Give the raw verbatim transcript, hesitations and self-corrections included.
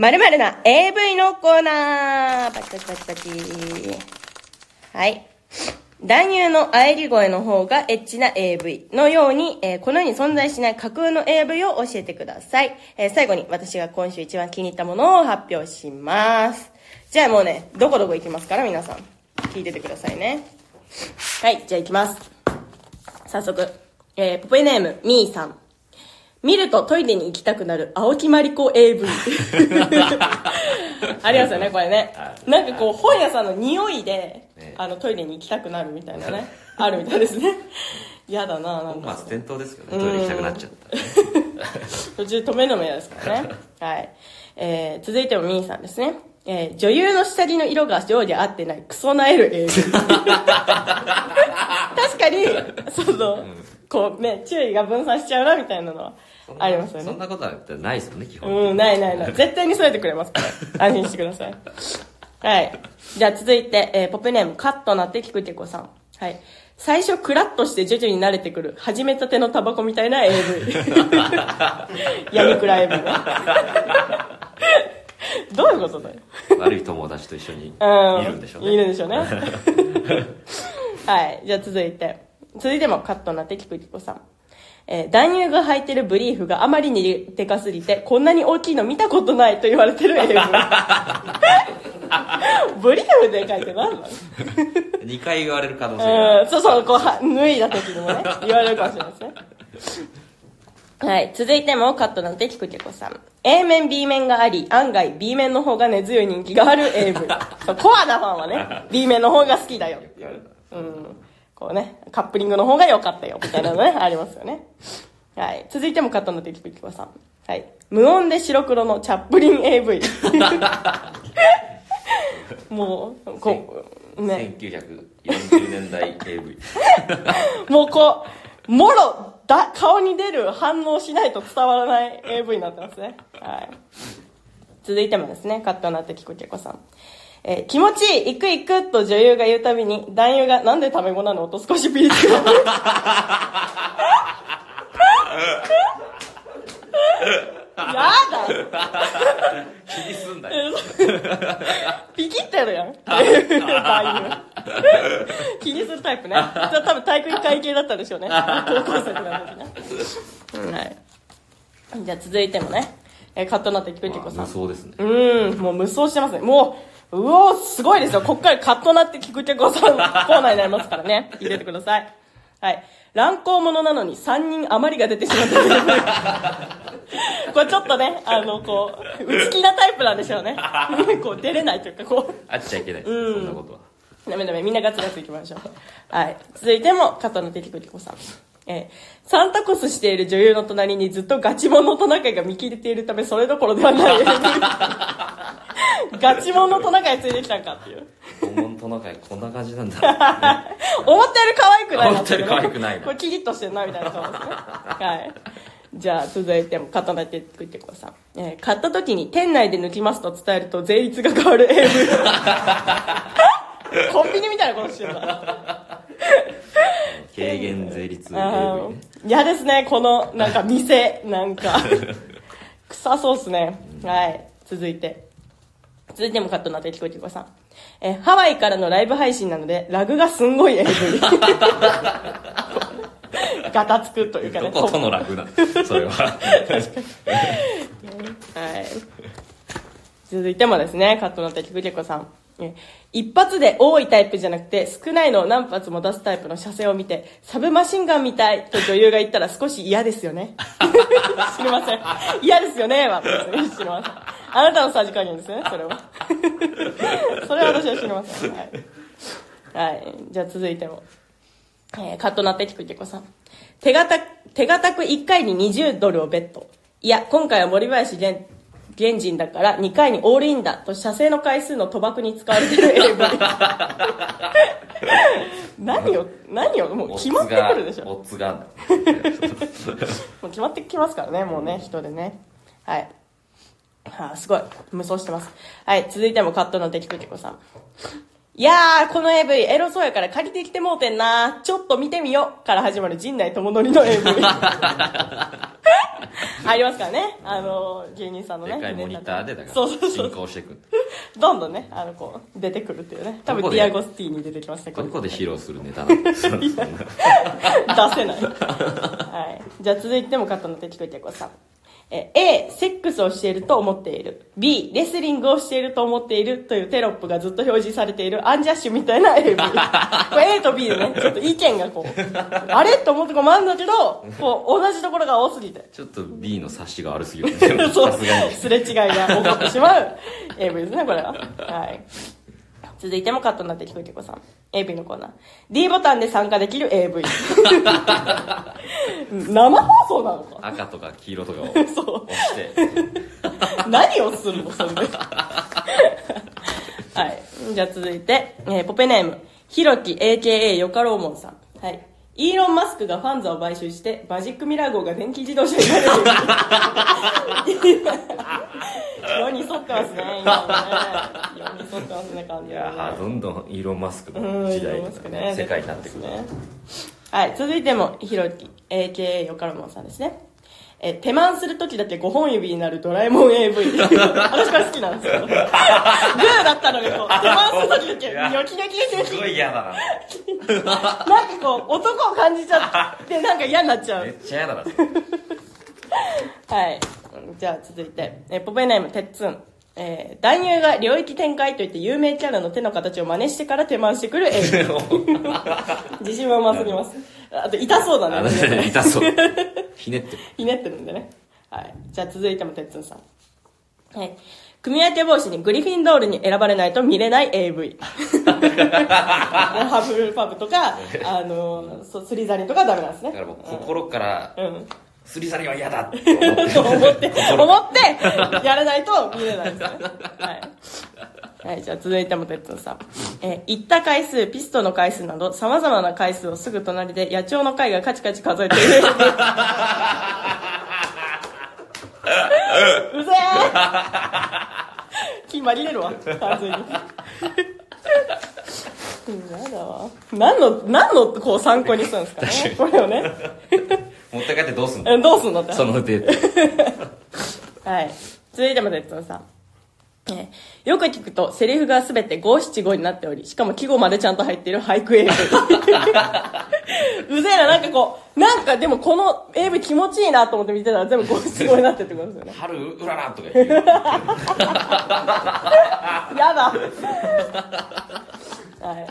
〇〇な エーブイ のコーナー。パチパチパチパチ。はい。男優の喘ぎ声の方がエッチな エーブイ のように、えー、この世に存在しない架空の エーブイ を教えてください。えー、最後に私が今週一番気に入ったものを発表します。じゃあもうね、どこどこ行きますから皆さん。聞いててくださいね。はい、じゃあ行きます。早速。えー、ポペネーム、みーさん。見るとトイレに行きたくなる青木まりこ エーブイ ありますよねこれね。なんかこう本屋さんの匂いで、ね、あのトイレに行きたくなるみたいなねあるみたいですね。嫌だな。なんか本末転倒ですけどね、トイレ行きたくなっちゃった、ね、 途中止めるのも嫌ですからね。はい、えー、続いてもみーさんですね。えー、女優の下着の色が上下合ってないクソなえる エーブイ 確かにそうそう、うん、こうね注意が分散しちゃうなみたいなのはありますよね。 そんなことはないですもんね基本。 うん、ないないない。絶対に添えてくれますから安心してください。はい。じゃあ続いて、えー、ポップネームカットなってきくけこさん。はい。最初クラッとして徐々に慣れてくる始めたてのタバコみたいな エーブイ やみくら エーブイ ね。どういうことだよ。 悪い友達と一緒にいるんでしょうね。 いるんでしょうね。はい。じゃあ続いて続いてもカットなってきくけこさん。えー、男優が履いてるブリーフがあまりにでかすぎてこんなに大きいの見たことないと言われてる エーブイ。ブリーフでかいって何なの？ にかい言われる可能性が、 うん、そうそう、こう脱いだ時にもね言われるかもしれないですね。はい、続いてもカットなんてきくけこさん。 A 面 B 面があり案外 B 面の方が根強い人気がある エーブイ。 そう、コアなファンはね B 面の方が好きだよっていう、うん、こうねカップリングの方が良かったよみたいなのねありますよね。はい、続いてもカットのテキピキコさん。はい、無音で白黒のチャップリン エーブイ。 もうこうねせんきゅうひゃくよんじゅうねんだい エーブイ。 もうこうもろだ顔に出る反応しないと伝わらない エーブイ になってますね。はい、続いてもですねカットのテキピキコさん。えー、気持ちいい、行く行くと女優が言うたびに男優がなんでタメ語なのと少しピリつく。やだ気にすんだよ。 ピキってやるやん。気にするタイプね。多分体育会系だったでしょうね。高校生とかの時ね。はい。じゃあ続いてもね、えー、カットナってキクキコさん。 無双ですね。 うん、もう無双してますね。もう、うおー、すごいですよ。こっからカットナってキクキコさんコーナーになりますからね。入れてください。はい。乱行者なのにさんにん余りが出てしまった。これちょっとね、あの、こう、内気なタイプなんでしょうね。こう、出れないというか、こう。 あっちゃいけない。うん。そんなことは。 ダメダメ、みんなガツガツいきましょう。はい。続いても、加藤のテキクリコさん。えー、サンタコスしている女優の隣にずっとガチモンのトナカイが見切れているため、それどころではない。ガチモンのトナカイついてきたんかっていう。 本物トナカイこんな感じなんだ、ね。 思ったより可愛くないな、 思ったより可愛くないな。 これキリッとしてるな、みたいな顔ですね。はい。じゃあ、続いても、カットのテキクリコさん。えー、買った時に店内で抜きますと伝えると税率が変わる エーブイ。コンビニみたいなことしてるな。 軽減税率 エーブイ ね。 嫌ですね、この、なんか店、なんか。臭そうっすね。はい。続いて。続いてもカットのテキコティコさん。え、ハワイからのライブ配信なので、ラグがすんごい エーブイ。ガタつくというかね。 どことのラグなのそれは。確かに。 はい。続いてもですね、カットのテキコティコさん。一発で多いタイプじゃなくて少ないのを何発も出すタイプの射精を見てサブマシンガンみたいと女優が言ったら少し嫌ですよね。知りません。嫌ですよねは別に知りません。あなたのさじ加減ですね、それは。それは私は知りません。はい、はい、じゃあ続いても、えー、カットナテキクテコさん。手堅手堅くいっかいににじゅうドルをベット。いや今回は森林源現人だからにかいにオールインだと射精の回数の賭博に使われてる エーブイ。何を何をもう決まってくるでしょ。 オッズがもう決まってきますからね、もうね、人でね。はい、はあ、すごい無双してます。はい、続いてもカットのテキクテコさん。いやーこの エーブイ エロそうやから借りてきてもうてんな、ちょっと見てみよから始まる陣内智則の エーブイ。 ありますからね。あの、芸人さんのね。 でかいモニターで、だから、 そうそうそう進行していく。 どんどんね、あの、こう、出てくるっていうね。多分、 どこでディアゴスティーニ出てきましたけど。 どこで披露するネタなんですか？ 出せない。はい。じゃあ続いてもカットの手聞こえてこさん。え A、セックスをしていると思っている。B、レスリングをしていると思っているというテロップがずっと表示されているアンジャッシュみたいな エーブイ。これ A と B でね、ちょっと意見がこう、あれと思ってこうもあるんだけど、こう、同じところが多すぎて。 ちょっと B の察しが悪すぎる。 そうさすがに。 すれ違いが起こってしまう エーブイ ですね、これは。はい。続いてもカットになって聞こえてこさん。エーブイ のコーナー。D ボタンで参加できる エーブイ。生放送なのか赤とか黄色とかを押して。 何をするのそれで。はい。じゃあ続いて、えー、ポペネーム、ひろき エーケーエー よかろうもんさん。はい。イーロン・マスクがファンザを買収してマジックミラー号が電気自動車になる。世に沿ってますね、今もね。世に沿ってますね、感じ、ね。 いやー、どんどんイーロン・マスクの時代とかね、 ね、 世界になってくる。 ね、はい、続いても、ひろき エーケーエー よかろもんさんですね。え、手満するときだけごほん指になるドラえもん エーブイ。私これ好きなんですよ。グーだったのにこう、手満するときだけ、ニョキニョキニョキ。 すごい嫌だな。 なんかこう、男を感じちゃって、なんか嫌になっちゃう。 めっちゃ嫌だな。 はい。じゃあ続いて、えポペネーム、てっつん。えー、男優が領域展開といって有名キャラの手の形を真似してから手満してくる エーブイ。自信はうますぎます。あと、痛そうだね。 痛そう。ひねってる。 ひねってるんでね。はい。じゃあ続いてもてっつんさん。はい。組み分け帽子にグリフィンドールに選ばれないと見れない エーブイ。ハブルパブとか、あの、スリザリンとかダメなんですね。 だから僕、心から、 うん。 スリザリンは嫌だって思って。 思って、思って、やらないと見れないですね。はい。はい、じゃあ続いてもてっつんさん。えー、行った回数、ピストの回数など、様々な回数をすぐ隣で野鳥の回がカチカチ数えている。うぜー金まりれるわ、完全に。やだわ。何の、何のこう参考にするんですかね、これをね。 持って帰ってどうすんの？ どうすんのって。 そのデータ。はい。続いてもてっつんさん。えー、よく聞くとセリフがすべて五七五になっており、しかも季語までちゃんと入っている俳句 エーブイ。うぜえな、なんかこう、なんかでもこの エーブイ 気持ちいいなと思って見てたら全部五七五になってってことですよね。 春うららとか言って。 やだ。はい。